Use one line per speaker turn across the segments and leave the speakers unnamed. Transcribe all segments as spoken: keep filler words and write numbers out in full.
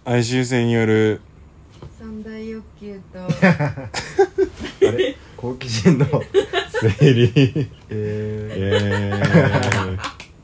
哀愁性による
三大欲求と
あれ好奇心の
生理
え
えー、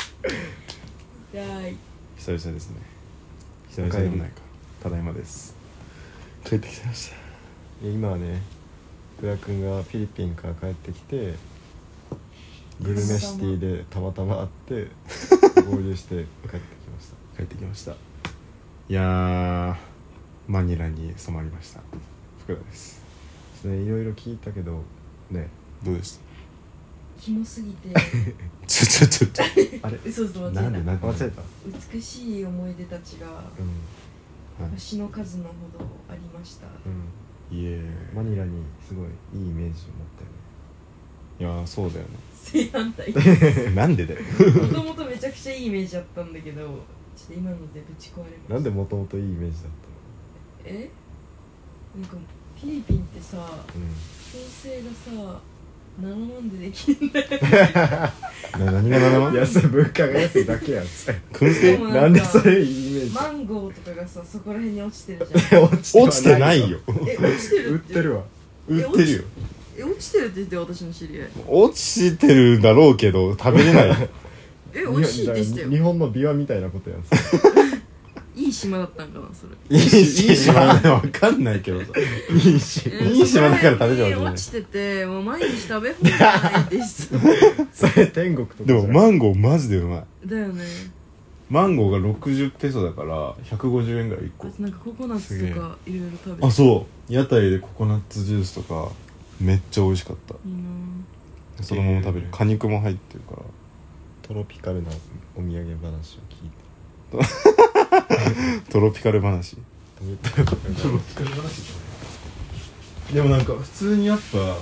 痛い。
久々ですね。久々でもないか。ただいまです。帰ってきてました。
ー、今はね福田君がフィリピンから帰ってきてグルメシティでたまたま会って合流して帰ってきました
帰ってきました。いやー、マニラに染まりました。福田です。
ね、いろいろ聞いたけどね、
どうでした？
キモすぎて
ちょちょちょちょ
あれ
嘘嘘間違えた。
なんでなんで
忘れた。
美しい思い出たちが
うん
はい
星の数のほどありました。
うん
いえ
マニラにすごいいいイメージを持ったよね。
いやー、そうだよ
正反対です
ねなんでだよ
もともとめちゃくちゃいいイメージだったんだけど、ちょっと今のでぶち壊れました。
なんでもともといいイメージだっ
えなんかフィリピンってさ、
たの？
構成がさななまんでできるんだよ
な何がななまん？
うん安い物価が安いだけやん
燻製
でも
なんでそれいいイメージ
マンゴーとかがさそこら辺に落ちてるじゃん
落ちは
落ちてないよ
え落ちてる
売ってるわ。
売ってるよ。
え落ちてるって言って私の知り合い
落ちてるだろうけど食べれないよ
え美味しいって言ってたよ。
日本のビワみたいなことやん
いい島だったんかなそれ。
いい島わかんないけどさ
いいし
え
いい島だから食べちゃうわけじゃない
落ちててもう毎日食べ放題ないです
それ天国とか
でもマンゴーマジでうまい。
だよね。
マンゴーがろくじゅうペソだからひゃくごじゅうえんぐらいいっこ。
なんかココナッツとかいろいろ食べて
あ、そう屋台でココナッツジュースとかめっちゃ美味しかった。
いいな
そのまま食べる。果肉も入ってるから。
トロピカルなお土産話を聞いて
トロピカル話。
トロピカル
でもなんか普通にやっぱ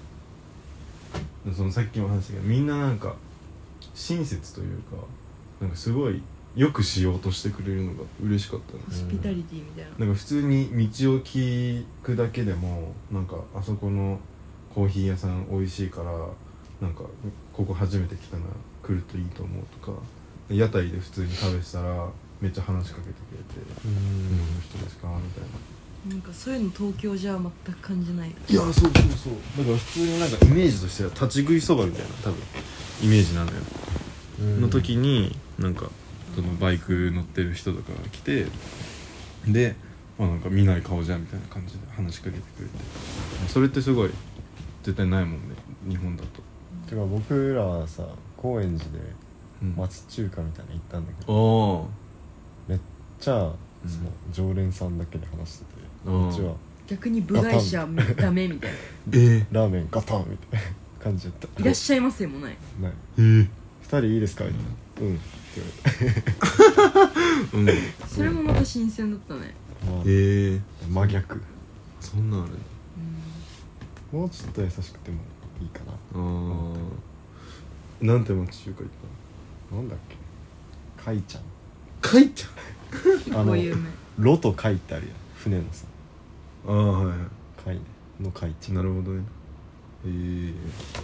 そのさっきも話したけどみんななんか親切というかなんかすごいよくしようとしてくれるのが嬉しかったね。
ホスピタリティみたいな。
なんか普通に道を聞くだけでもなんかあそこのコーヒー屋さん美味しいからなんかここ初めて来たな来るといいと思うとか屋台で普通に食べてたらめっちゃ話しかけてくれて「
うん
日本の人ですか?」みたいな。
なんかそういうの東京じゃ全く感じない。
いやそうそうそうだから普通になんかイメージとしては立ち食いそばみたいな多分イメージなのよ、の時になんかそのバイク乗ってる人とかが来てで、まあ、なんか見ない顔じゃんみたいな感じで話しかけてくれてそれってすごい絶対ないもんね日本だと。
てか僕らはさ高円寺で
うん
町中華みたいなの行ったんだけど、
お
めっちゃ
うん
その常連さんだけで話してて、
うん
こっちは
逆に部外者ダメみたいな。
えー、
ラーメンガタンみたいな感じだった
いらっしゃいませもない。
ない
えー、
ふたりいいですかみたいなうんって言われて
うん
それもまた新鮮だったね。
まあ
えー、
真逆
そんなんある
うん
もうちょっと優しくてもいいかな。
あーなんて町中華行っ
なんだっけカイちゃん
たのかいちゃん
あの
こういう名。
ロとカイってあるやん船のさ
ああはいはい
カイねのカイちゃん
なるほどね。えー、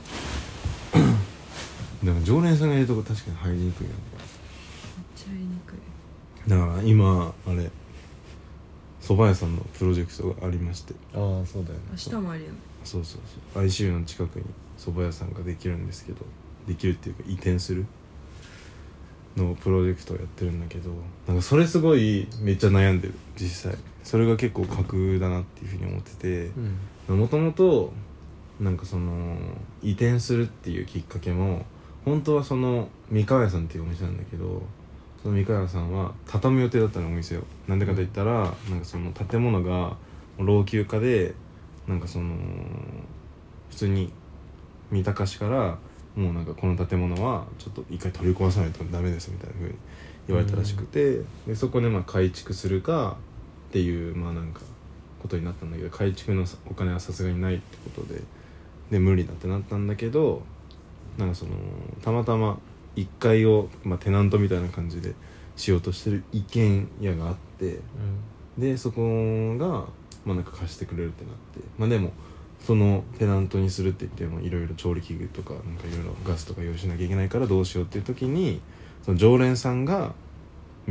でも常連さんがいるとこ確かに入りにくいよね。
めっちゃ言いにくい。
だから今あれ蕎麦屋さんのプロジェクトがありまして
ああそうだよね
明日もあるよね。
そうそうそう アイシーユー の近くに蕎麦屋さんができるんですけどできるっていうか移転するのプロジェクトをやってるんだけどなんかそれすごいめっちゃ悩んでる実際それが結構架空だなっていうふうに思ってて
うん
もともとなんかその移転するっていうきっかけも本当はその三河屋さんっていうお店なんだけどその三河屋さんは畳む予定だったのお店をなんでかと言ったらなんかその建物が老朽化でなんかその普通に三鷹市からもうなんかこの建物はちょっと一回取り壊さないとダメですみたいな風に言われたらしくて、でそこでまあ改築するかっていうまあなんかことになったんだけど改築のお金はさすがにないってことでで無理だってなったんだけどなんかそのたまたまいっかいを、まあ、テナントみたいな感じでしようとしてる一軒家があってでそこがまあなんか貸してくれるってなってまあでもそのテナントにするって言ってもいろいろ調理器具とかなんかいろいろガスとか用意しなきゃいけないからどうしようっていう時にその常連さんがめっちゃ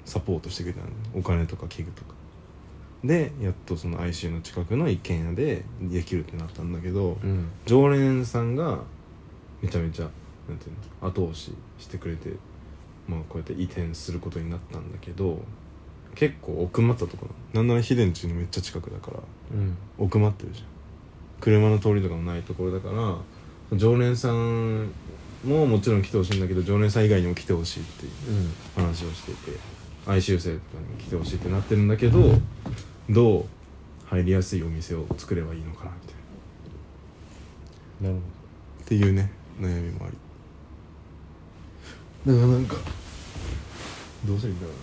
サポートしてくれたの、お金とか器具とかでやっとその アイシーユー の近くの一軒家でできるってなったんだけど、
うん
常連さんがめちゃめちゃなんていうの後押ししてくれて、まあこうやって移転することになったんだけど、結構奥まったところ、なんなら秀んちのめっちゃ近くだから
うん
奥まってるじゃん。車の通りとかもないところだから常連さんももちろん来てほしいんだけど、常連さん以外にも来てほしいっていう
うん
話をしてて、哀愁生とかにも来てほしいってなってるんだけど、どう入りやすいお店を作ればいいのかなみたいな
なるほ
っていうね悩みもあり、だからなんかどうするんだろ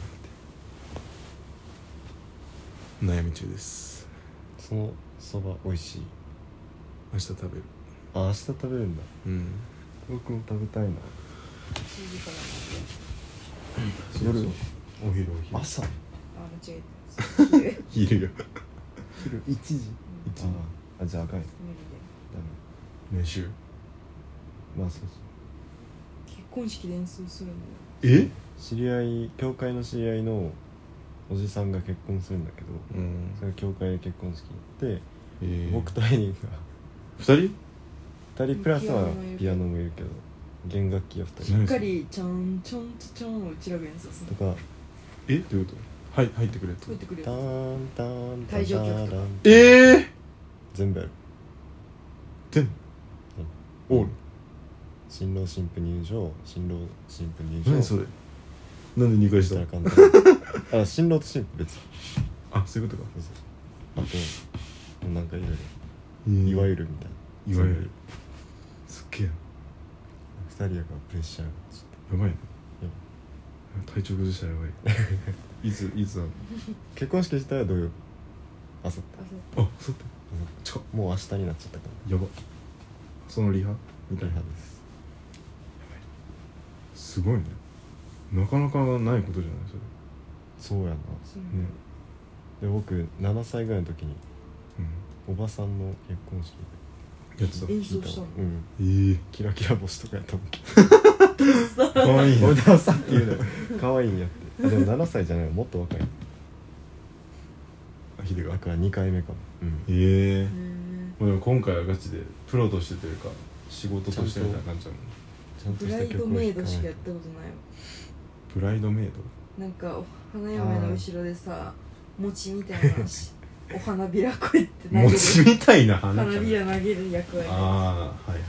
うなって悩み中です。
ど。そのそば美味しい。
明日食べる。
あ、明日食べるんだ。
うん
僕も食べたいな。
いちじから
夜
そうそうお昼お昼
朝
あ間違えた昼
昼よ
昼いちじ。
一時
ああ、じゃああかんよ。
無理
ダメ。
飯
まあそうそう。
で結婚式で演奏するのよ。
え
知り合い、教会の知り合いのおじさんが結婚するんだけど、
うん
それ教会で結婚式に行って、
えー、
僕とエリンが
二人
ふたりプラスはピアノもいるけど、弦楽器がふたり
しっかりちゃんちゃんとちゃんをうちらが演奏するの。
とか、
えどういうことはい入ってくれって
作ってくれる
ターンターンタ
退場曲とか
タラン
ええー、
全部やる。
全部オール
新郎新婦入場、新郎新婦入場。
何それなんでにかいし
した
た
ら簡単。あ、新郎と新婦別。
あそういうことか、
あともうなんかいろい
えー
ろいわゆるみたいな。
いわゆるすっげえ
ふたりやからプレッシャーがちょっ
やばいね
や
体調崩したらやばいいついつだ
と。結婚式したら土曜日あさって
あそう
あそうって近っ
もう明日になっちゃったから
やばそのリハみたいな
リハです
すごいねなかなかないことじゃないそれ
そうやな。
そう
ね
で僕ななさいぐらいの時に
う
おばさんの結婚式
んやってた
演
聞いた
奏したの。
わうん
ええ
キラキラ星とかやったもん。
かわいいな
おばさんっていうのよ可愛いんやって。あでもななさいじゃないよ、もっと若い。
あヒデが
だからにかいめかも。うん
ええ
へー
まあでも今回はガチでプロとしてというか仕事としてみたいな感じだもん
ちゃんと
ブライド
した曲を
メイドし
弾かない
かやったことないわ。
ブライドメイド
なんかお花嫁の後ろでさ餅みたいなしお花びらこうやって投げる
餅みたいな花
花びら投げる役割。
ああはいはいはい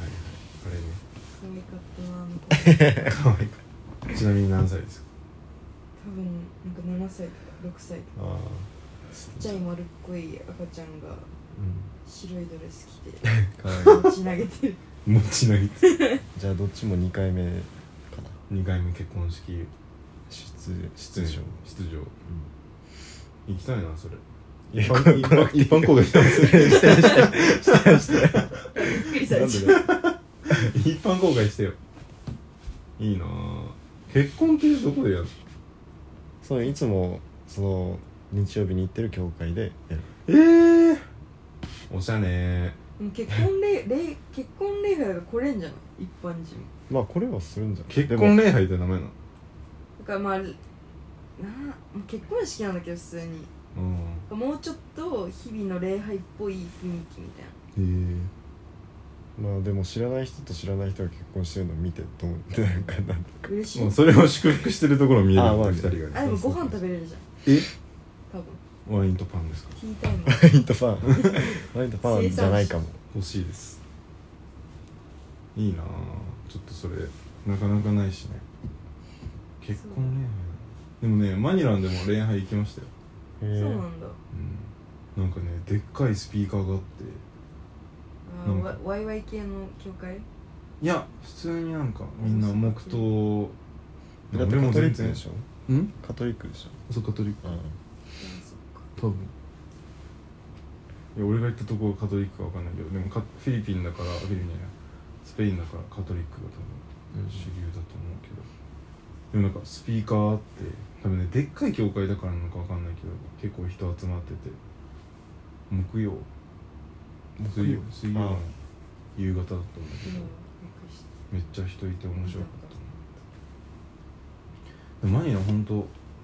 可愛かったなあの子。
あれねかわいいちなみに何歳ですか
多分なんかななさいとかろくさいとか
あ
ちっちゃい丸っこい赤ちゃんが
う
白いドレス着て
ん可愛い。
餅投げてる。
あ餅投げて
じゃあどっちもにかいめかな。
にかいめ結婚式
出
出場
出場。
出場行きたいなそれ
いや
一般一般一般公開してます
してしてしてして
びっくりされちゃう。
一般公開してよいいなあ結婚ってどこでやる
そういつもその日曜日に行ってる教会でやる。
ええー、おしゃね
でも結婚礼礼結婚礼拝が来れんじゃない一般人。
まあこれはするんじゃない。
結婚礼拝って名前なの
だからまあな結婚式なんだけど普通に
うん
もうちょっと日々の礼拝っぽい雰囲気みたいな。
ええ
まあでも知らない人と知らない人が結婚してるのを見てどうなんかなんか
嬉しい。
もうそれを祝福してるところ見える
あまあ
二人がね
あでもご飯食べれるじゃん
え
多分。
ワインとパンですか
ティータイム
ワインとパンワインとパンじゃないかも。
欲しいですいいなあちょっとそれなかなかないしね結婚恋愛でもねマニランでも恋愛行きましたよ、
へえ
そうなんだ。
うん、なんかねでっかいスピーカーがあって
あ
なんか
ーワイワイ系の教会。
いや普通になんかみんな黙祷
だってカトリックでしょ。
うん
カトリックでしょ。
そうカトリック
うん
あそっか。
多分いや俺が行ったとこはカトリックかわかんないけどでもカフィリピンだからフィリピンじゃないスペインだからカトリックが多分主流だと思うけど、でもなんかスピーカーあって多分ねでっかい教会だからなのかわかんないけど結構人集まってて木曜
木曜
水曜の夕方だったんだけど
うんびっくりした。
めっちゃ人いて面白かったな。でマニラほんと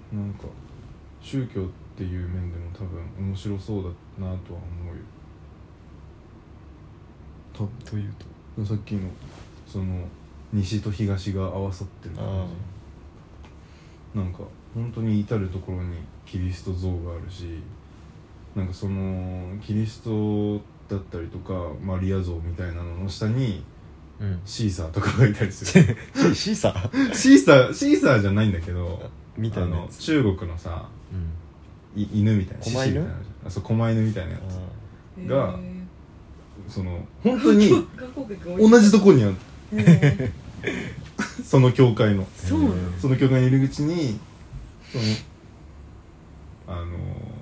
なんか宗教っていう面でも多分面白そうだなとは思うよ。
とというと
さっきのその西と東が合わさってる感じ、なんか本当に至る所にキリスト像があるし、なんかそのキリストだったりとかマリア像みたいなのの下に
うん、
シーサーとかがいたりする
シーサー
シーサーシーサーじゃないんだけど
みたいなやつ、
あの中国のさ、
うん、
い犬みたいな
狛犬
獅子みたいなのあそう狛犬みたいなやつが
へー
その本当に
観光客多い
同じとこにある
へ
その教会の
ーそうなの
その教会の入り口にそのあの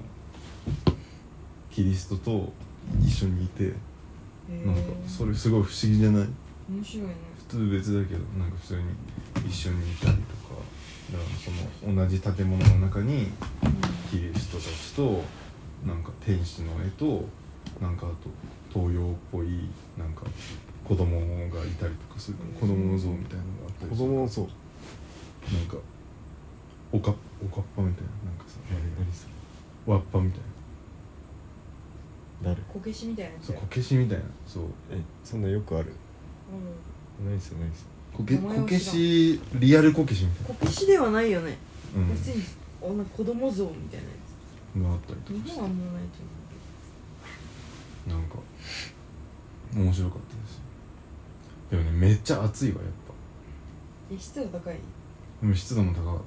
キリストと一緒にいて、
へー
なんかそれすごい不思議じゃない？
面白いね。
普通別だけどなんか普通に一緒にいたりとか、だからその同じ建物の中にキリストたちとなんか天使の絵となんかあと東洋っぽいなんか子供がいたりとかする子供の像みたいなのがあったり
子
する。
供の像
なんかおかおかっぱみたいななんかさ
何する
わっぱみたいな
誰
こけしみたいなやつや
そうこけしみたいなそう
えそんなよくある
う
ないっすよないっすよ
こけ
名前を知らん
こけしリアルこけしみたい
んこけしではないよね、
な、
普通におなんか子供像みたいなや
うん、があったり
つ
とかして
日本はあんまないと
なんか面白かったですよ。でもねめっちゃ暑いわやっぱ。
思う。え湿度高い？
でも湿度も高かった。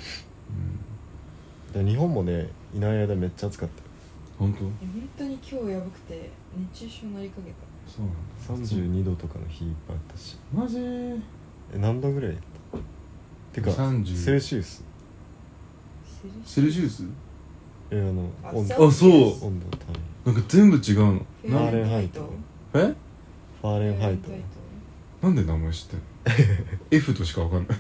うん
で日本もねいない間めっちゃ暑かったよ
本当？
え本当に今日やばくて熱中症になりかけた。
そうなんだ。
さんじゅうにどとかの日いっぱいあったし
マジ？
え何度ぐらいやったてか
さんじゅう
セルシウス
セルシウス？
えあの
あ
温度
あそう
温度単位
なんか全部違うの。
フ
ァーレンハイト
え？
ファーレンハイト
なんで名前知ってんの？F としかわかんない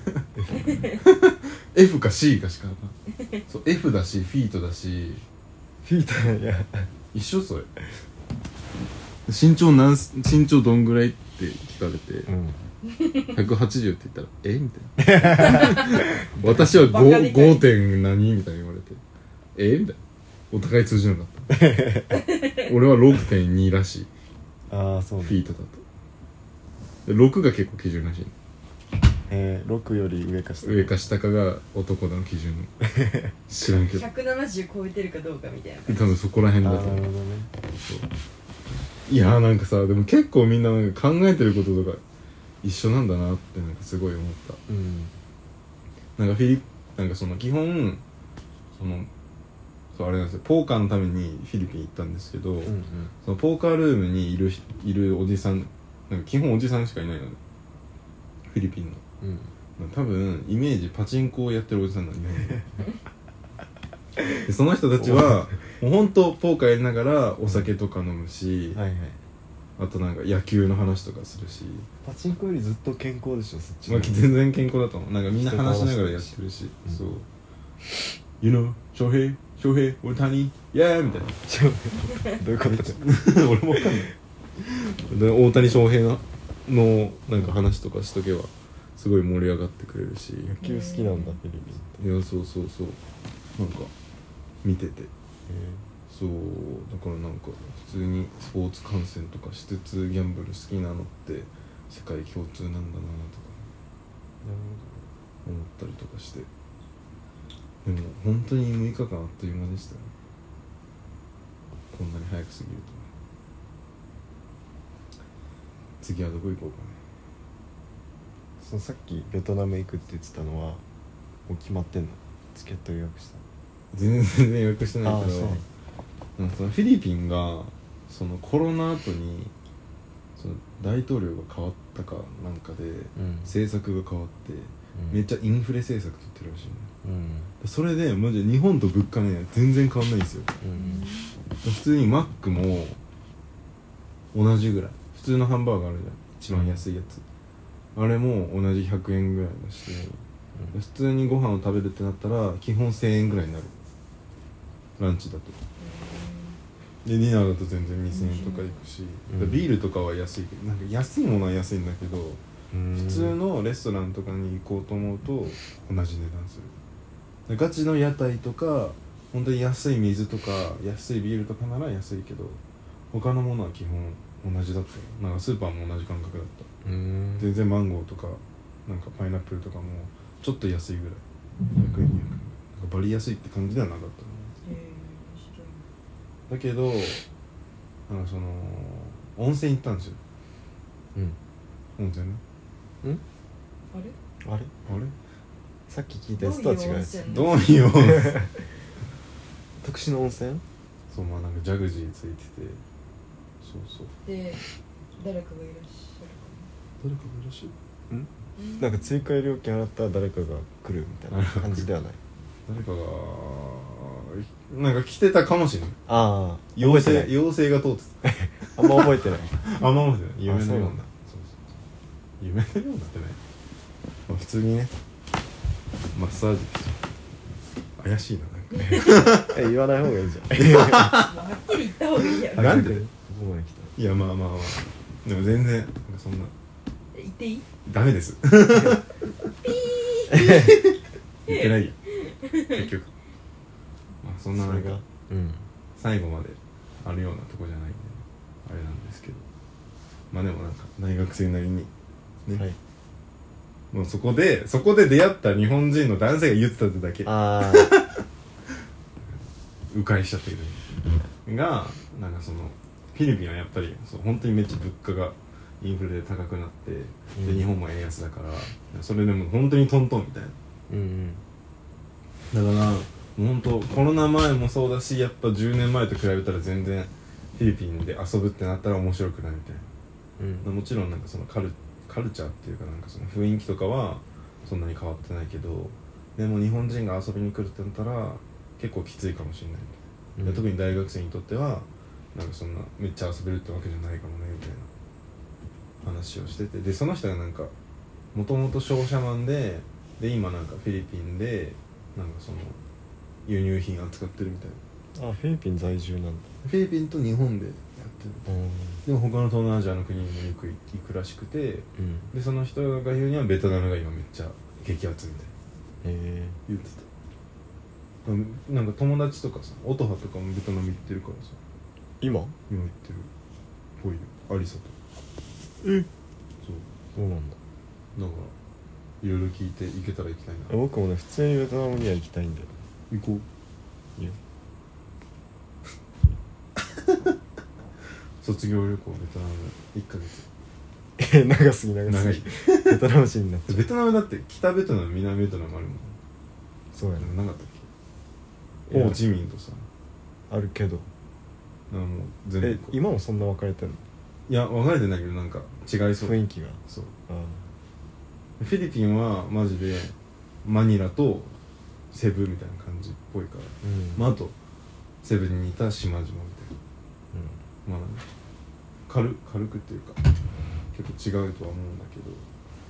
F か C かしかわかんないそう F だしフィートだし
フィーターや
一緒それ身長何す身長どんぐらいって聞かれて、
うん
ひゃくはちじゅうって言ったらえみたいな私は
バカでかい
ご. 点何みたいに言われてえみたいなお互い通じなかった俺は ろくてんに らしい
ああそうね
フィートだとでろくが結構基準らしい
えー、ろくより上か下
上か下かが男の基準知らんけど
ひゃくななじゅう超えてるかどうかみたいな感じ。
多分そこら辺
あ
だと思う
ーなるほどね
いやーなんかさでも結構みんななんか考えてることとか一緒なんだなってなんかすごい思った
うん
なんかフィリなんかその基本そのそうあれなんですよポーカーのためにフィリピン行ったんですけど、
うんうん
そのポーカールームにいるいるおじさんなんか基本おじさんしかいないのねフィリピンの
うん
多分イメージパチンコをやってるおじさんなの日本ででその人たちはもうほんとポーカーやりながらお酒とか飲むし、
はいはい
あとなんか野球の話とかするし、
パチンコよりずっと健康でしょそっち
まあ、
の
全然健康だと思うなんかみんな話しながらやってるし、
うん
そう You know 翔平翔平俺谷イエーイみたいな
ちょどういうこと
俺もわかんないで大谷翔平ののなんか話とかしとけばすごい盛り上がってくれるし
野球好きなんだフィリピンって
いやそうそうそうなんか見てて
へ
そうだからなんか普通にスポーツ観戦とかしつつギャンブル好きなのって世界共通なんだなとか
えなる
思ったりとかしてでも本当にむいかかんあっという間でしたよこんなに早く過ぎると次はどこ行こうかね
そのさっきベトナム行くって言ってたのはもう決まってんのチケット予約した
全然予約してないけど
あーそう
なんかそのフィリピンがそのコロナ後にその大統領が変わったかなんかで
うん
政策が変わって
うん
めっちゃインフレ政策取ってるらしいね
うん
それでマジで日本と物価ね全然変わんないんですよ
うん
普通にマックも同じぐらい普通のハンバーガーあるじゃん一番安いやつあれも同じひゃくえんぐらいだし普通にご飯を食べるってなったら基本せんえんぐらいになるランチだとでディナーだと全然にせんえんとかいくし、
うん
でビールとかは安いけどなんか安いものは安いんだけど
うん
普通のレストランとかに行こうと思うと同じ値段するガチの屋台とか本当に安い水とか安いビールとかなら安いけど他のものは基本同じだったよ。なんかスーパーも同じ感覚だった。
うーん
全然マンゴーとかなんかパイナップルとかもちょっと安いぐらいひゃくえんにひゃくえんなんかバリ安いって感じではなかったの。
えー、面白い。
だけどなんかその温泉行ったんですよ。
うん
温泉ね。
あれ
あれ
あれ
さっき聞いたやつとは違うやつ。
どういう温泉
特殊な温泉？
そうまあなんかジャグジーついててそうそう
で誰かがいらっしゃる
誰かがいらっしゃるん
かな。
なんか追加料金払ったら誰かが来るみたいな感じではない。
誰かがなんか来てたかもしれない。
ああ
妖
覚えてない。
精妖精が通って
あんま覚えてない。
た。あんま覚えてない。夢のような。
そうなんだ
そうそう夢のようなってね、まあ、普通にねマッサージですよ。怪しいななんか
え言わない方がいいじゃん。
もうはっきり言った方がいいやろ。
なんで
ここまで来た。
いやまあまあまあでも全然なんかそんな
言っていい？
ダメです言ってないよ結局まあそんななんか
うん
最後まであるようなとこじゃないんであれなんですけどまあでもなんか大学生なりにね、
はい。
もうそこでそこで出会った日本人の男性が言ってたってだけ
ああ
迂回しちゃったけどがなんかそのフィリピンはやっぱりそう本当にめっちゃ物価がインフレで高くなって、
うん
で日本も円安だからそれでも本当にトントンみたいな。
うん
だからもう本当コロナ前もそうだしやっぱじゅうねんまえと比べたら全然フィリピンで遊ぶってなったら面白くないみたい
うん
な。もちろんなんかそのカルカルチャーっていうかなんかその雰囲気とかはそんなに変わってないけどでも日本人が遊びに来るってなったら結構きついかもしれないみたいな、
うん
で特に大学生にとってはなんかそんなめっちゃ遊べるってわけじゃないかもねみたいな話をしててでその人がなんかもともと商社マンでで今なんかフィリピンでなんかその輸入品扱ってるみたいな。
あフィリピン在住なんだ。
フィリピンと日本でやってる。でも他の東南アジアの国にもよく行くらしくて
うん
でその人が言うにはベトナムが今めっちゃ激アツみたいな
へ
言ってた。うんなんか友達とかさオトハとかもベトナム行ってるからさ
え今
今行ってるっぽいよアリサと。
え
そう
そうなんだ。
だからいろいろ聞いて行けたら行きたいな。
僕もね普通にベトナムには行きたいんだよ。
行こう。
いいよ。
卒業旅行ベトナムいっかげつ。
え長すぎ長すぎベトナム人になっちゃう。
ベトナムだって北ベトナム南ベトナムあるもん。
そうやね
なかったっけ
いや
ホーチミンとさ
あるけど
なんかもう全部
え今もそんな分かれてるの？
いや分かれてないけどなんか違いそう。
雰囲気が
そう
あ
フィリピンはマジでマニラとセブみたいな感じっぽいから、
うん
まあ、あとセブに似た島々みたいな、まあ軽軽くっていうか結構違うとは思うんだけど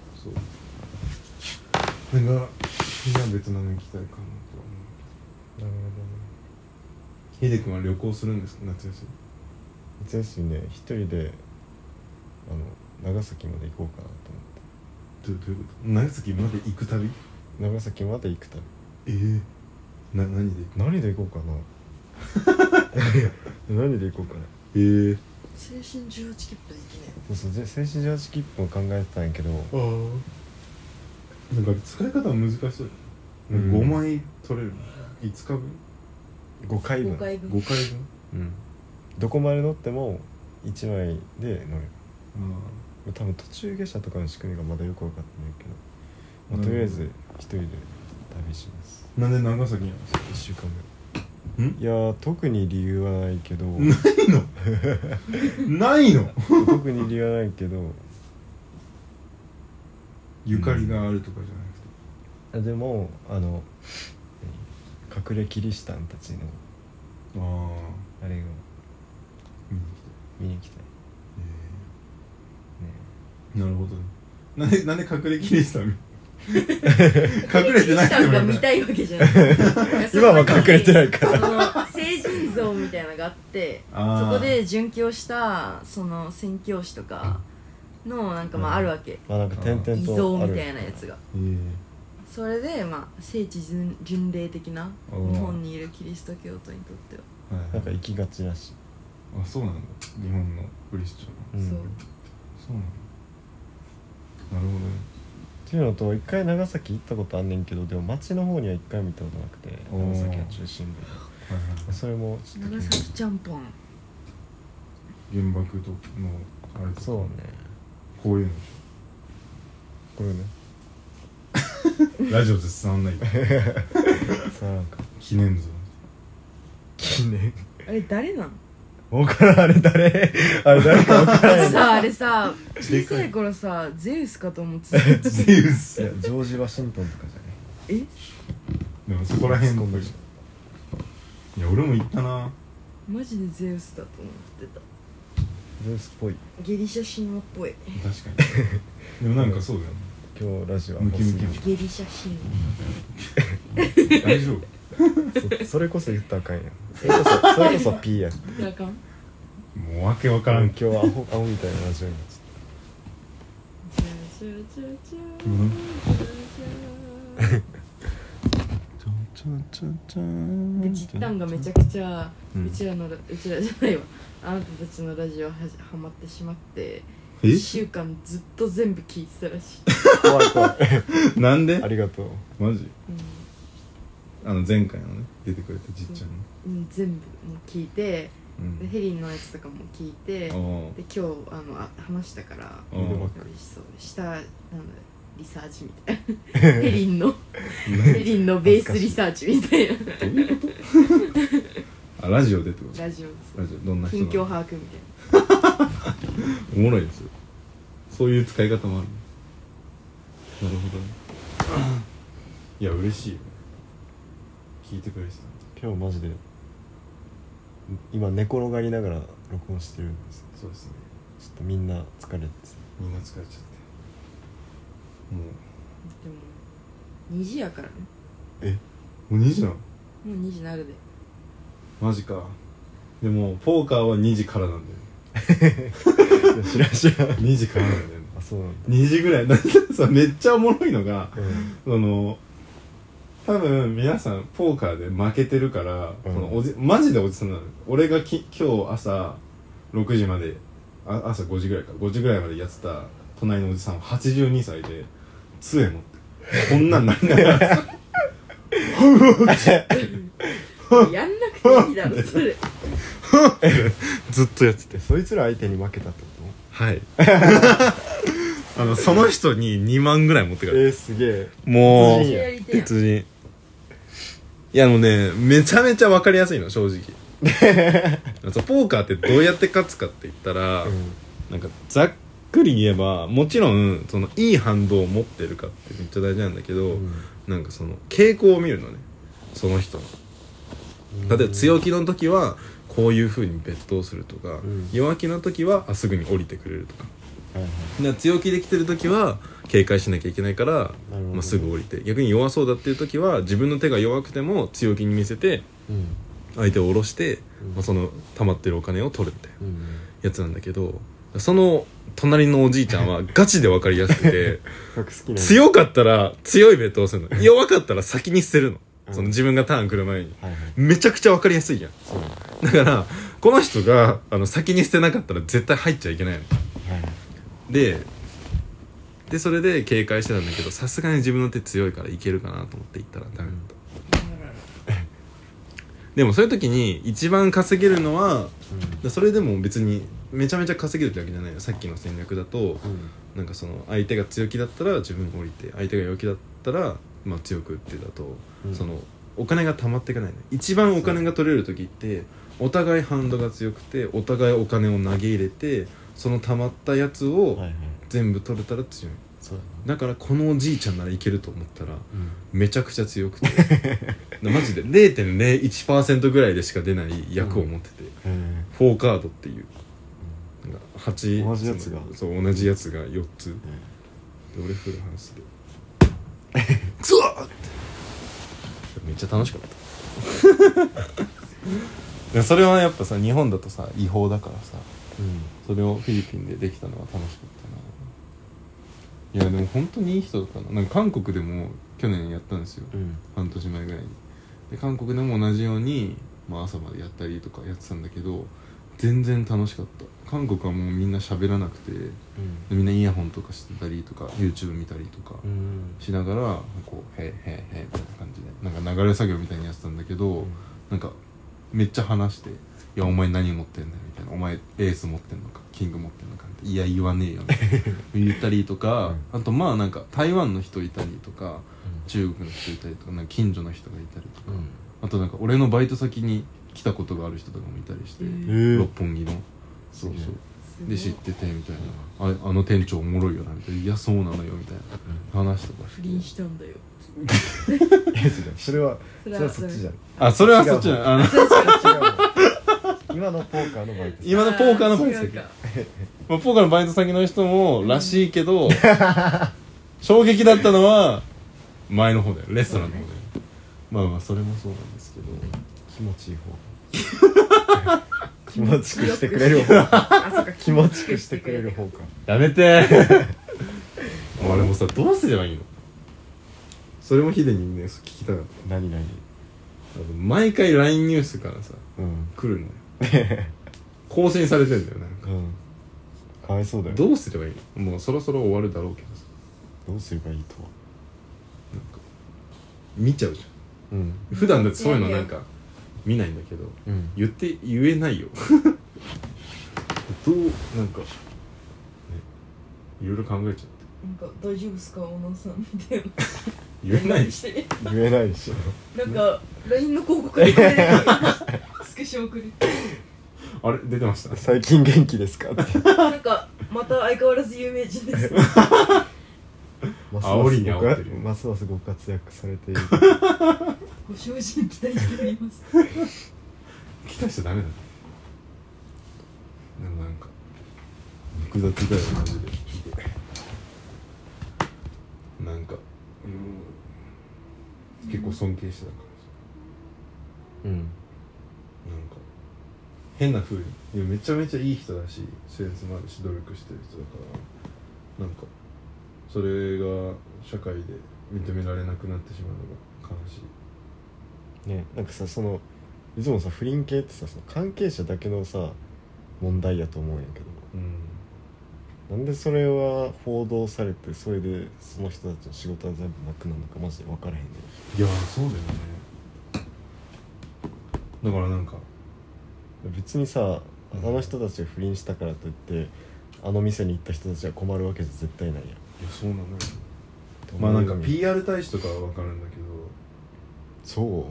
そうなんかみんなベトナム行きたいかなとは思う。
なるほどね。
ヒデ君は旅行するんですか夏休
夏休みね一人であの長崎まで行こうかなと思って。
みどうどういうこと長崎まで行く旅
長崎まで行く旅。
ええな何で行く
何で行こうかな何で行こうかな。
ええ
青春じゅうはち切符できね
そうそうで青春じゅうはち切符を考えてたんやけど
ああなんか使い方は難しそう、
うん、
ごまい取れるいつかぶん
ごかいぶん
ごかいぶん
ごかいぶん
うんどこまで乗ってもいちまいで乗れる。
あ
多分途中下車とかの仕組みがまだよく分かってないけど、まあ、とりあえず一人で旅します。
あなんで長崎なんですか
いっしゅうかんぐらい。
ん
いやー特に理由はないけど
ないのないの
特に理由はないけど
ゆかりがあるとかじゃなくて、
あでもあの何隠れキリシタンたちの
ああ
あれが
見に来た
見に行きたい
えーなるほどね。なんでなんで隠れキリシタン隠れてない
キリシタンが見たいわけじゃない
今は隠れてないから
その聖人像みたいなのがあって
あー
そこで殉教したその宣教師とかのなんかまああるわけ、
まあなんか点々とある
遺像みたいなやつが
えー
それでまあ聖地巡巡礼的な
あー
日本にいるキリスト教徒にとっては、
はい、
なんか行きがちらしい。
あ、そうなんだ。日本のクリスチャン
うん
そう
そうなんだ。なるほどね。
っていうのと一回長崎行ったことあんねんけど、でも町の方には一回も行ったことなくて、
おー
長崎の中心部で
はいはい。
それもちょっと気に
長崎ちゃんぽん
原爆とのあれとか
そうね、
こういうので
これね
しょラジオで伝わんない
さあなんか
記念像
記念
あれ誰なん
分からん、あれ誰あれ誰か分からん
さああれさ小さい頃さゼウスかと思ってた
ゼウス
いやジョージ・ワシントンとかじゃない
え
でもそこら辺
突っ込んでる
いや俺も行ったな。
マジでゼウスだと思ってた。
ゼウスっぽい。
ギリシャ神話っぽい。
確かにでもなんかそうだよね。
今日ラジオは
ムキムキ
もうす
ギリシャ神
大丈夫
ぐそそれこそ言ったらあかんやん。それこそそれこそ P やん。
話あかん。
もうわけわからん
今日はアホアホみたいなラジオになっち
チュチュチュチュ
うん
チュ
ちょちょちょ
で実感がめちゃくちゃ、
う
うんちらのラうちらじゃないわあなたたちのラジオはじはまってしまって
え
いっしゅうかんずっと全部聞いてたらしい、
ゃう。怖い怖い。
なんで
ありがとう。
マジ
う
あの前回のね出てくれたじっちゃんの
んうん、全部もう聞いて
うん
でヘリンのやつとかも聞いてで
あ
今日あのあ話したから
あ
フィードバッ
そうしたなんだリサーチみたいなヘリンのヘリンのベースリサーチみたいな
どういうことあラジオでってこと
ラジオです
ラジオどんな人なの
近況把握みたい
おもろいですよそういう使い方もあるなるほどねいや嬉しいよ聞いてくれてた
今日マジで今寝転がりながら録音してるんですよ。
そうですね
ちょっとみんな疲れて
みんな疲れちゃっても
なでもにじやからね
うもうにじなの
もうにじなるで
マジかでもポーカーはにじからなんだよ
いや知らん知らん。
にじからなんだよね
あそうなんだ。
にじぐらいだってさめっちゃおもろいのが
うん
その多分皆さんポーカーで負けてるから、
うん
そのおじマジでおじさんなの俺がき今日朝ろくじまであ朝ごじぐらいかごじぐらいまでやってた隣のおじさんははちじゅうにさいで杖持ってこんなんなりながら
やんなくていいだろそれ
ずっとやってて
そいつら相手に負けたってこ
はいあのその人ににまんぐらい持ってかれ
と？えー、すげえ。
もう
鉄人
やりてえやん
鉄人いやもうねめちゃめちゃ分かりやすいの正直そうポーカーってどうやって勝つかって言ったら、
うん
なんかざっくり言えばもちろんそのいい反動を持ってるかってめっちゃ大事なんだけど、
うん
なんかその傾向を見るのねその人の例えば強気の時はこういう風にベットをするとか、
うん
弱気の時はあすぐに降りてくれるとか
はいはい
で強気できてる時は警戒しなきゃいけないから、
なるほど
まあ、すぐ降りて逆に弱そうだっていう時は自分の手が弱くても強気に見せて
うん
相手を下ろして、
うん
まあ、その溜まってるお金を取るみたいな
うん
やつなんだけどその隣のおじいちゃんはガチで分かりやすくて
好きな
強かったら強いベットをするの弱かったら先に捨てるの、
うん
その自分がターン来る前に
はいはい
めちゃくちゃ分かりやすいじゃん
そう
だからこの人があの先に捨てなかったら絶対入っちゃいけないの
はい
ででそれで警戒してたんだけどさすがに自分の手強いからいけるかなと思って行ったらダメだった、でもそういう時に一番稼げるのはでそれでも別にめちゃめちゃ稼げるってわけじゃないよさっきの戦略だと
うんうん
なんかその相手が強気だったら自分が降りて相手が弱気だったらまあ強く打ってだと、
うん
そのお金が溜まっていかないの一番お金が取れる時ってお互いハンドが強くてお互いお金を投げ入れてその溜まったやつを
はいはい
全部取れたら強い
そう
だからこのおじいちゃんならいけると思ったら
だ
めちゃくちゃ強くてマジで ゼロてんゼロいちパーセント ぐらいでしか出ない役を持ってて、
うんへ
フォーカードっていうなんかはち
同じやつが
そう同じやつがよっつで
え
俺フルハウスでクソーってめっちゃ楽しかったいやそれはやっぱさ日本だとさ違法だからさ
うん
それをフィリピンでできたのは楽しかったないやでも本当にいい人だったななんか韓国でも去年やったんですよ、
うん
半年前ぐらいに。で韓国でも同じように、まあ、朝までやったりとかやってたんだけど全然楽しかった。韓国はもうみんな喋らなくて、でみんなイヤホンとかしてたりとか YouTube 見たりとか
うん
しながらこう「へいへいへい」みたいな感じでなんか流れ作業みたいにやってたんだけど、
うん
なんかめっちゃ話して「いやお前何持ってんだよ」みたいな「お前エース持ってんのかキング持ってんのか」みたいな「いや言わねえよ」みたいな言ったりとか、あとまあなんか台湾の人いたりとか中国の人いたりとかなんか近所の人がいたりとか、
うん
あとなんか俺のバイト先に来たことがある人とかもいたりして、
へ
ー
六本木のそうそう
すごい
で知っててみたいな、ああの店長おもろいよなみたいな、いやそうなのよみたいな話とかして、
不倫したんだよ。
え違うそれはそ
それは
れはそっちじゃん
あそれはそっちなあの
違う今のポーカーのバイト
今のポーカーのバイト先、
違うか
まあ、ポーカーのバイト先の人もらしいけど衝撃だったのは前の方だよ、レストランの方だよ。まあまあそれもそうなんですけど、
気持ちいい方気持ちくしてくれる方
あ、そうか、
気持ちくしてくれる方か
やめてあれもさどうすればいいの。それもヒデにね聞きたかった。
何何
あの毎回 ライン ニュースからさ
うん
来るんだよ更新されてんだよなんか、
うんかわいそうだよ
どうすればいいの。もうそろそろ終わるだろうけどさ、
どうすればいいとは
なんか見ちゃうじゃん。
うん
普段だってそういうのなんか見ないんだけど
うん
言って言えないよどうなんかねいろいろ考えちゃって
なんか大丈夫っすかオーナーさんみたいな
言えないし
して
言えないでしょ
なんか ライン の広告でスクショ送る
あれ出てました
最近元気ですかって
なんかまた相変わらず有名人です
煽りに煽ってる
ますますご活躍されている
ご精進期待しております
期待しちゃダメだね。でもなんか複雑だよマジで聞いてなんか、うん、結構尊敬してたから
うん
なんか変な風にいやめちゃめちゃいい人だしセンスもあるし努力してる人だからなんかそれが社会で認められなくなってしまうのが悲しい。
ねなんかさそのいつもさ不倫系ってさその関係者だけのさ問題やと思うんやけど
うん
なんでそれは報道されてそれでその人たちの仕事は全部なくなるのかマジで分からへんね
いやそうだよね。だからなんか
別にさあの人たちが不倫したからといってあの店に行った人たちは困るわけじゃ絶対ないやん。
いやそうなのよ。まあなんか ピーアール 大使とかは分かるんだけど
そう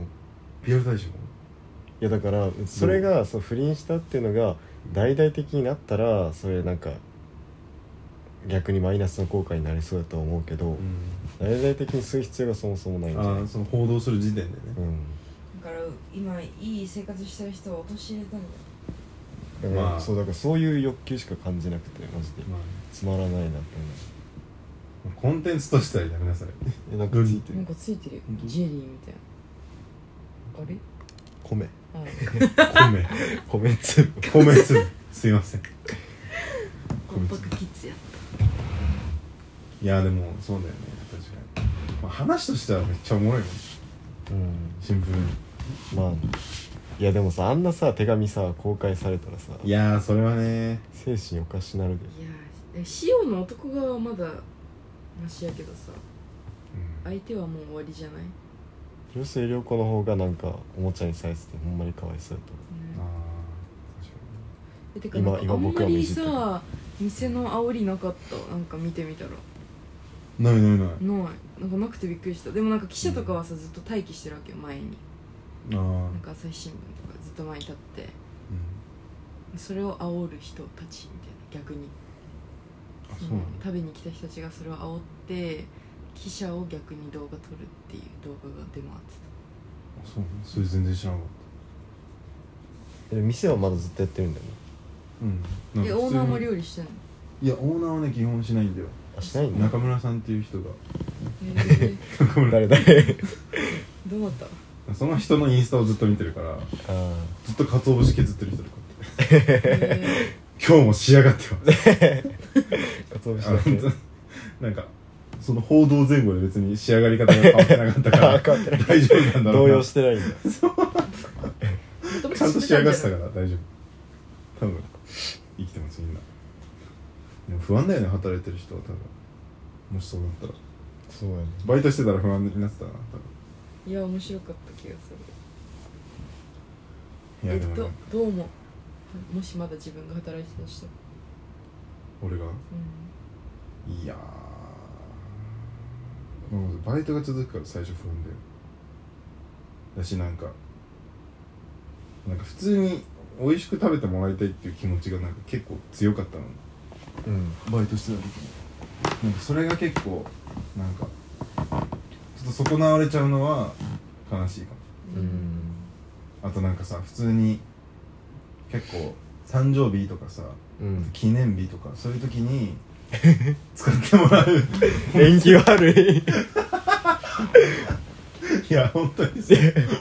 ピーアール 大使も
いやだからそれがそう不倫したっていうのが大々的になったらそれなんか逆にマイナスの効果になりそうだと思うけど、
うん
大々的にする必要がそもそもないんじゃない
ああその報道する時点でね、
うん
だから今いい生活してる人を陥れたんだよ
だから、
まあ
そうだからそういう欲求しか感じなくてマジで
まあ
つまらないなって
コンテンツとしてはやめなさい
思うえなんかついてる
なんかついてるよ
本当
ジェリーみたいなあれ
米
はい
米
米粒
米粒すいません
骨格キッズやっ
いやでもそうだよね確かに、まあ、話としてはめっちゃおもろいもん
うん
シンプルに。
まあいやでもさあんなさ手紙さ公開されたらさ
いやーそれはね
精神おかしなるで
いやー塩の男側はまだマシやけどさ相手はもう終わりじゃない、ね、
広末涼子の方がなんかおもちゃにされててほんまにかわいそうやと
ああ確か
えてかなんか
今今
あんまり
僕は見せてる
さ店の煽りなかったなんか見てみたら
にないないない
ないなんかなくてびっくりしたでもなんか記者とかはさずっと待機してるわけよ前に
ああ
なんか朝日新聞とかずっと前に立ってそれを煽る人たちみたいな逆に
あそうなんだ
食べに来た人たちがそれを煽って記者を逆に動画撮るっていう動画が出回って
あそうなんだそれ全然知らなかっ
え店はまだずっとやってるんだよね
たうん
たえオーナーも料理してんの
いやオーナーはね基本しないんだよ
あしないんだ
中村さんっていう人が
えー、
中村
誰誰
どうだった
その人のインスタをずっと見てるから
あ
ずっと鰹節削ってる人とか
え
今日も仕上がってます
あかつお節
あ
だけ
本当なんかその報道前後で別に仕上がり方が変わってなかったから
変わってない
大丈夫なんだろうな。
動揺してないんだ
ちゃんと仕上がってたから大丈夫。多分生きてますみんな。でも不安だよね、働いてる人は多分。もしそうなったら
そうやね。
バイトしてたら不安になってたな多分。
いや面白かった気がする。え
いやでも、ね、
どどう思う、もしまだ自分が働いてたとしたら。
俺が
う
いやーもうバイトが続くから最初不安だよ。だしなんかなんか普通に美味しく食べてもらいたいっていう気持ちがなんか結構強かったの。
うん
バイトしてた時になんかそれが結構なんかちょっと損なわれちゃうのは悲しいかも。
ん
うん
あとなんかさ普通に結構誕生日とかさ
うん
記念日とかそういう時に使ってもらう
縁起悪い
いや本当にさ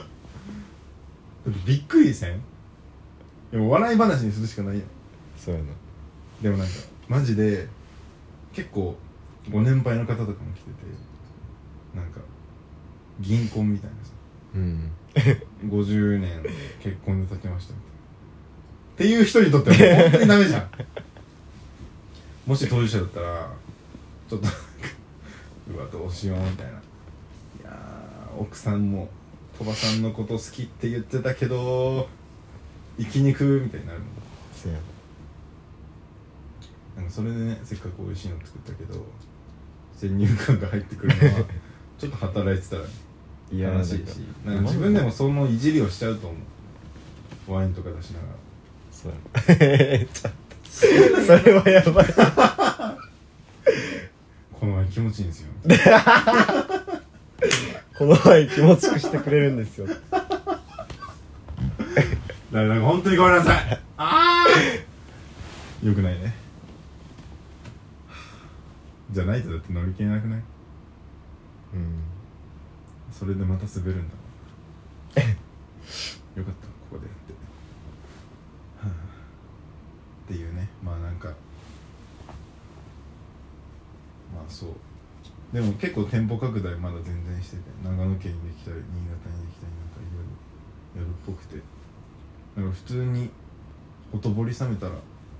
びっくりせん。でも笑い話にするしかないやん。
そうやな。
でもなんかマジで結構ご年配の方とかも来ててなんか銀婚みたいなさ
うん
ごじゅうねん結婚で経ちましたみたいなっていう人にとっては本当にダメじゃんもし当事者だったらちょっとなんかうわどうしようみたいな。いやー奥さんも鳥羽さんのこと好きって言ってたけど生きにくみたいになるの。
そうやな。
なんかそれでねせっかく美味しいの作ったけど先入観が入ってくるのはちょっと働いてたら悲しいしなんか自分でもそのいじりをしちゃうと思う。ワインとか出しながら
そうやなちょっとそれはやばい
このワイン気持ちいいんですよ
この前気持ちよくしてくれるんですよ
だからなんか本当にごめんなさいああよくないね。じゃないとだって乗り切れなくない？
うん
それでまた滑るんだよかったここでやって、はあ、っていうね。まあなんかまあそうでも結構店舗拡大まだ全然してて長野県にできたり新潟にできたりなんかいろいろやるっぽくてなんか普通にほとぼり冷めたらね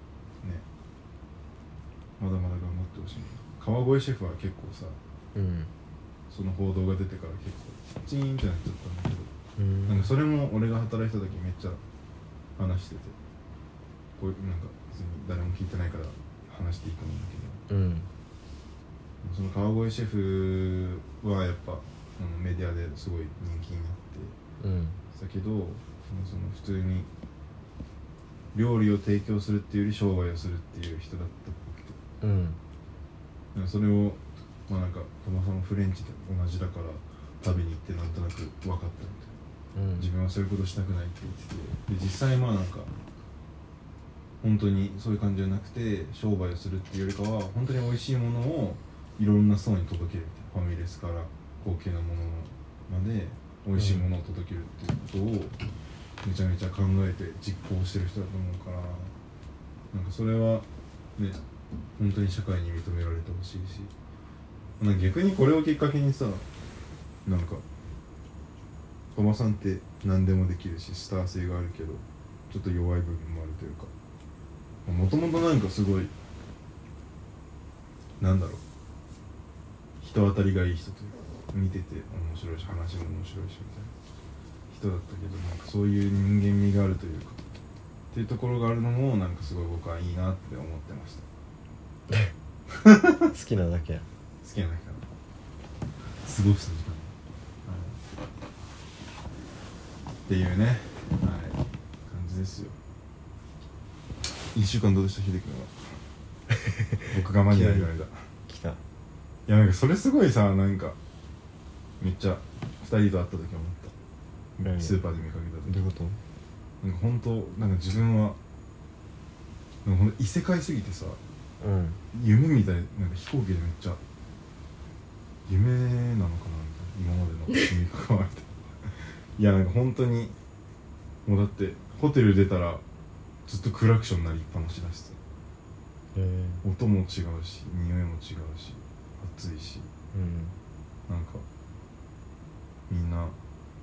まだまだ頑張ってほしい。川越シェフは結構さ
うん
その報道が出てから結構チーンってなっちゃったんだけど、
うん
なんかそれも俺が働いてた時めっちゃ話しててこういうなんか別に誰も聞いてないから話していいと思うんだけど、
うん
その川越シェフはやっぱ、うん、メディアですごい人気になって
うん
だけどその普通に料理を提供するっていうより商売をするっていう人だったっぽくて
うん
なんかそれをまあなんか鳥羽さんもフレンチで同じだから食べに行ってなんとなく分かったみたいな。
うん
自分はそういうことしたくないって言っててで実際まあなんか本当にそういう感じじゃなくて商売をするっていうよりかは本当に美味しいものをいろんな層に届けるみたいなファミレスから高級なものまで美味しいものを届けるっていうことをめちゃめちゃ考えて実行してる人だと思うからなんかそれはね本当に社会に認められてほしいしなんか逆にこれをきっかけにさなんか鳥羽さんって何でもできるしスター性があるけどちょっと弱い部分もあるというかもともとなんかすごいなんだろう人当たりがいい人というか見てて面白いし話も面白いしみたいな人だったけどなんかそういう人間味があるというかっていうところがあるのもなんかすごい僕はいいなって思ってました
好きなだけや
好きなだけかな過ごした時間、はい、っていうね、はい、感じですよ。いっしゅうかんどうでした秀君は僕がマジで言われた
来た
いやなんかそれすごいさなんかめっちゃふたりと会った時思ったスーパーで見かけた時
どういうこと
なんか本当なんか自分はなんかほんと異世界すぎてさ
うん
夢みたいなんか飛行機でめっちゃ夢なのかなみたいな今までの住み関わりでいやなんか本当にもうだってホテル出たらずっとクラクション鳴りっぱなしだしさ
へえ
音も違うし匂いも違うし暑いし、
うん
なんかみんななんか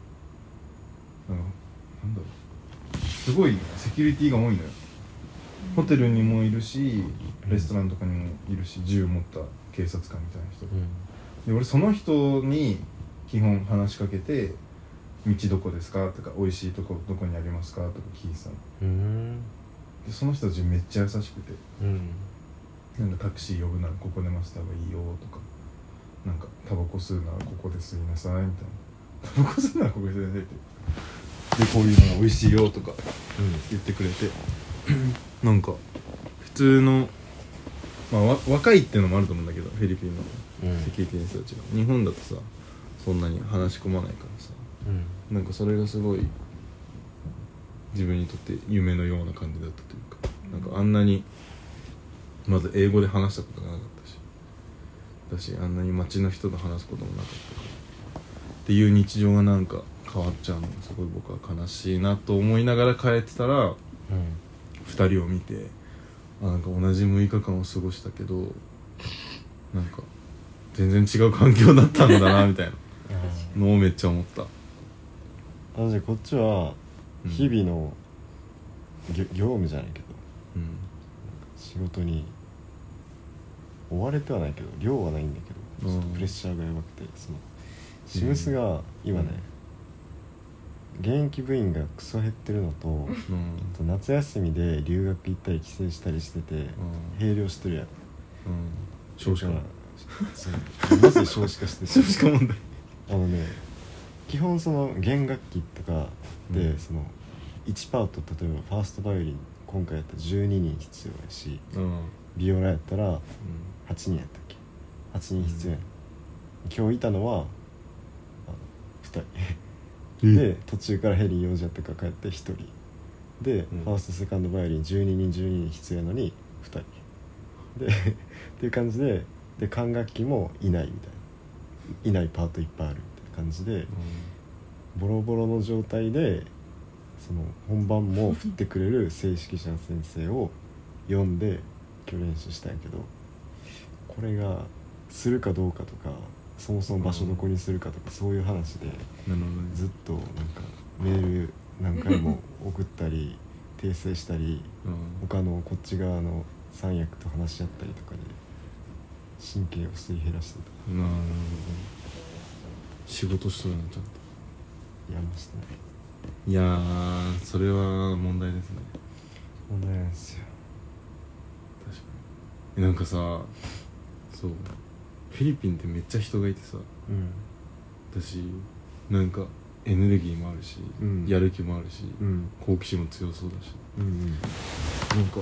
なんだろう、すごいセキュリティが多いのよ。ホテルにもいるし、レストランとかにもいるし、銃持った警察官みたいな人、
うん
で俺その人に基本話しかけて、道どこですかとか、美味しいとこどこにありますかとか聞いてたの。
うん
でその人たちめっちゃ優しくて、
うん
なんかタクシー呼ぶならここで待ってた方がいいよとか、なんかタバコ吸うならここで吸いなさいみたいな、タバコ吸うならここで吸いなさいって、でこういうのが美味しいよとか言ってくれてなんか普通の、まあわ若いっていうのもあると思うんだけど、フィリピンの
うん
セキュリティの人たちが、日本だとさそんなに話し込まないからさ、
うん
なんかそれがすごい自分にとって夢のような感じだったというか、なんかあんなにまず英語で話したことがなかったし、だしあんなに街の人と話すこともなかったからっていう日常がなんか変わっちゃうのがすごい僕は悲しいなと思いながら帰ってたら、ふたりを見て、あなんか同じむいかかんを過ごしたけどなんか全然違う環境だったんだなみたいなのをめっちゃ思った。
あじゃあこっちは
うん
日々の業業務じゃないけど
うん
仕事に追われてはないけど量はないんだけど、
うん
ちょっとプレッシャーがやばくて、そのシムスが今ね、現役部員がクソ減ってるのと、
うん
あと夏休みで留学行ったり帰省したりしてて、併量してるやん。
うん少子化
だからそうマジで少子化してて
少子化問題
あのね基本その弦楽器とかで、
うん
そのいちパート、例えばファーストバイオリン今回やったらじゅうににん必要やし、
うん
ビオラやったらはちにんやったっけ、はちにん必要やん、今日いたのはあのふたりで、途中からヘリ用事やったから帰ってひとりで、
うん
ファーストセカンドバイオリンじゅうににんじゅうににん必要やのにふたりでっていう感じで、で管楽器もいないみたいないないパートいっぱいあるみたいな感じで、ボロボロの状態でその本番も振ってくれる正指揮者の先生を呼んで今日練習したんやけど、これがするかどうかとか、そもそも場所どこにするかとか、そういう話で
なるほどね。
ずっとなんかメール何回も送ったり訂正したり
うん
他のこっち側の三役と話し合ったりとかで神経をすり減らしてた。
なるほど。仕事しとるなちゃんと。
やりましたね。
いやーそれは問題ですね。
問題なんですよ。
確かに。なんかさ、そうフィリピンってめっちゃ人がいてさ、
うん
私なんかエネルギーもあるし、
うん
やる気もあるし、
うん
好奇心も強そうだし、
うん
なんか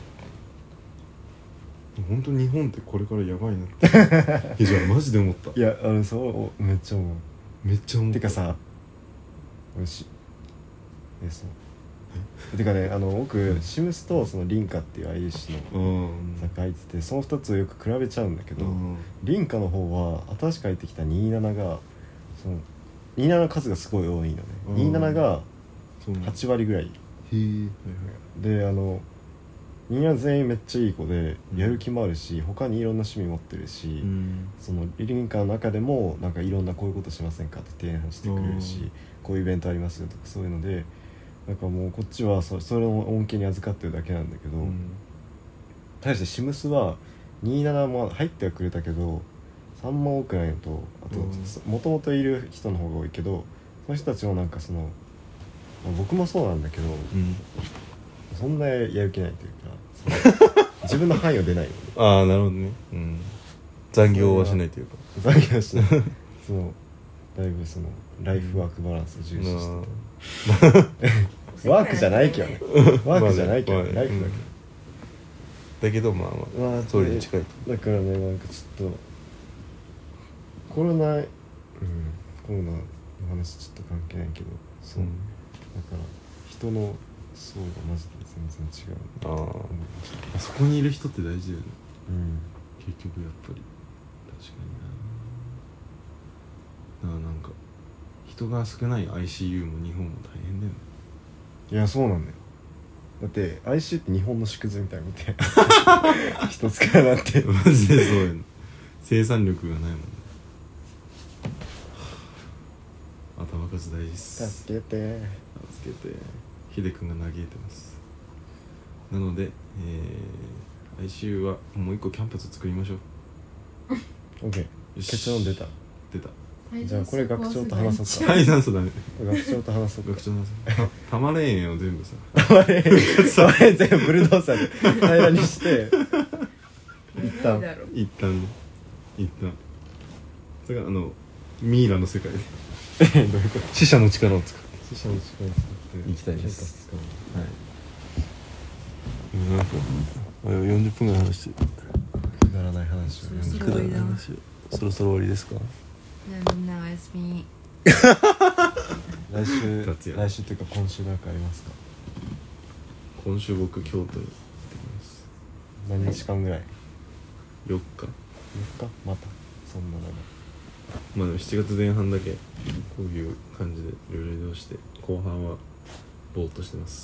本当日本ってこれからやばいなっていやじゃあマジで思った
いやあのそうめっちゃ思う。
めっちゃ思った
てかさ俺しえそうてかねあの僕シムスとそのリンカっていう アイエーシー
う
の
ん
作入ってて、そのふたつをよく比べちゃうんだけど、
うん
リンカの方は新しく入ってきたにじゅうなながそのにじゅうななの数がすごい多いのね、
うん
にじゅうななが
そうなんだ
はち割ぐらい
へえ
で、あのにじゅうなな全員めっちゃいい子で
うん
やる気もあるし、他にいろんな趣味持ってるし、
うん
そのリンカの中でもなんかいろんなこういうことしませんかって提案してくれるし、
うん
こういうイベントありますよとかそういうので、なんかもうこっちはそそれの恩恵に預かってるだけなんだけど、
うん
対してシムスはにじゅうななも入ってはくれたけどさんまん多くないのと、あと
うん
もともといる人の方が多いけど、その人たちもなんかその、まあ僕もそうなんだけど
うん
そんなやる気ないというかその自分の範囲は出ないので
ああなるほどね、うん、残業はしないというか
残業してそのだいぶそのライフワークバランスを重視しててワークじゃないけどねワークじゃないけど、ね
まあね
ライフだけど、
だけどまあまあ
まあ
それに近いと
だからねなんかちょっとコロナうんコロナの話ちょっと関係ないけどそう、
うん
だから人の層がマジで全然違う
あ
思い
あ
ました
あそこにいる人って大事だよね
うん
結局やっぱり確かにな。だからなんか人が少ない アイシーユー も日本も大変だよね。
いやそうなんだよ。だって アイシーユー って日本の縮図みたいな見て一つからなって
マジでそうやね。 生産力がないもんね。頭数大事っす。
助けて
助けて。ヒデくんが嘆いてます。なので、えー、来週はもう一個キャンパス作りましょう。
OK 結論出た。
出た。
じゃあこれ学長と話そうか。
はい、なんすダメ。
学長と話そうか。
学長なんすたたまれんよ全部さ。
あれあれ全部ブルドーザーで平らにして一旦
だろう。
一旦ね一旦それがあのミイラの世界で
えどういうこと？
死者の力を使って
死者の力を使って
行きたいです
キャンパス使う。
はい今何分？よんじゅっぷんぐらい話してる。
くだらない話を
そろそろ終わりだな。
そろそろ終わりですか？
じゃあみんなおやすみ。
来週
雑や
来週というか今週なんかありますか？
今週僕京都に行ってきます
何日間ぐらい？
よっか。
よっかまたそんな長い。
まあでもしちがつぜん半だけこういう感じでいろいろ移動して後半はぼーっとしてます。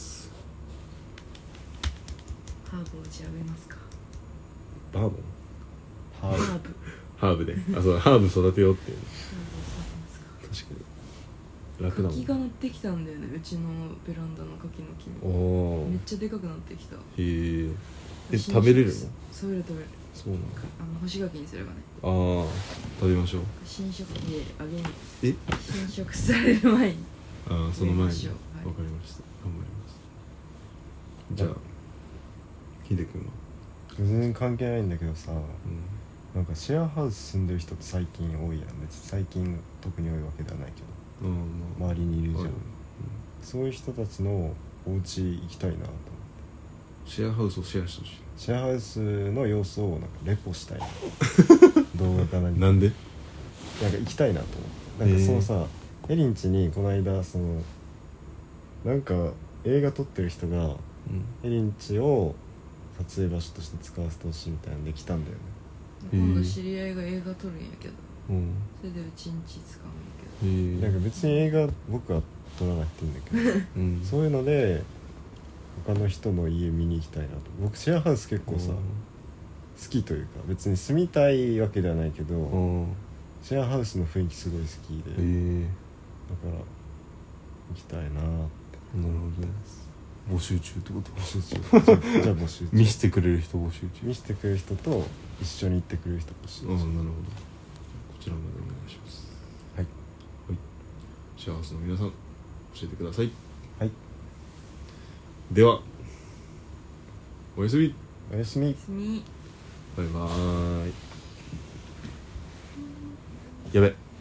ハーブを調べますか？
バーボン
ハーブ
ハーブ。
ハーブであそうハーブ育てようっていう
ハーブを調べますか？
確かに楽だもん。
柿が乗ってきたんだよね、うちのベランダの柿の木
お
に。
お
めっちゃでかくなってきた。
へええ
新
食べれるの？
食べれる食べれる。
そうなの
あの干し柿にすればね。
ああ食べましょう。
新食であげに
え
新食される前に。
ああその前にわ、
食べましょうはい
かりました頑張ります。じゃあヒデ君は
全然関係ないんだけどさ、
うん
なんかシェアハウス住んでる人って最近多いやん。別に最近特に多いわけではないけど
うんまあ
周りにいるじゃん、
うん
そういう人たちのお家行きたいなと思って。
シェアハウスをシェアしてほし
シェアハウスの様子をなんかレポしたいな動画か何か
いなんで
なんか行きたいなと思って。なんかそのさ、エリン家にこの間そのなんか映画撮ってる人が
うん
エリン家を撮影場所として使わせてほしいみたいなんで来たんだよね。
へえ
今度知り合いが映画撮るんやけど、
うん
それでうちんち使うんやけど。
へえ
なんか別に映画僕は撮らなくていいんだけど
うん
そういうので他の人の家見に行きたいなと。僕シェアハウス結構さ好きというか別に住みたいわけではないけど
うん
シェアハウスの雰囲気すごい好きで
へえ
だから行きたいなって。
なるほどね募集中ってこと？
募集中じゃあじゃあ募集中
見せてくれる人募集中。
見せてくれる人と一緒に行ってくれる人募集中。
ああなるほどこちらまでお願いします。
はい
はいシェアハウスの皆さん教えてください。
はい
ではおやすみ
おやすみ。
すみ。
バイバーイ。やべ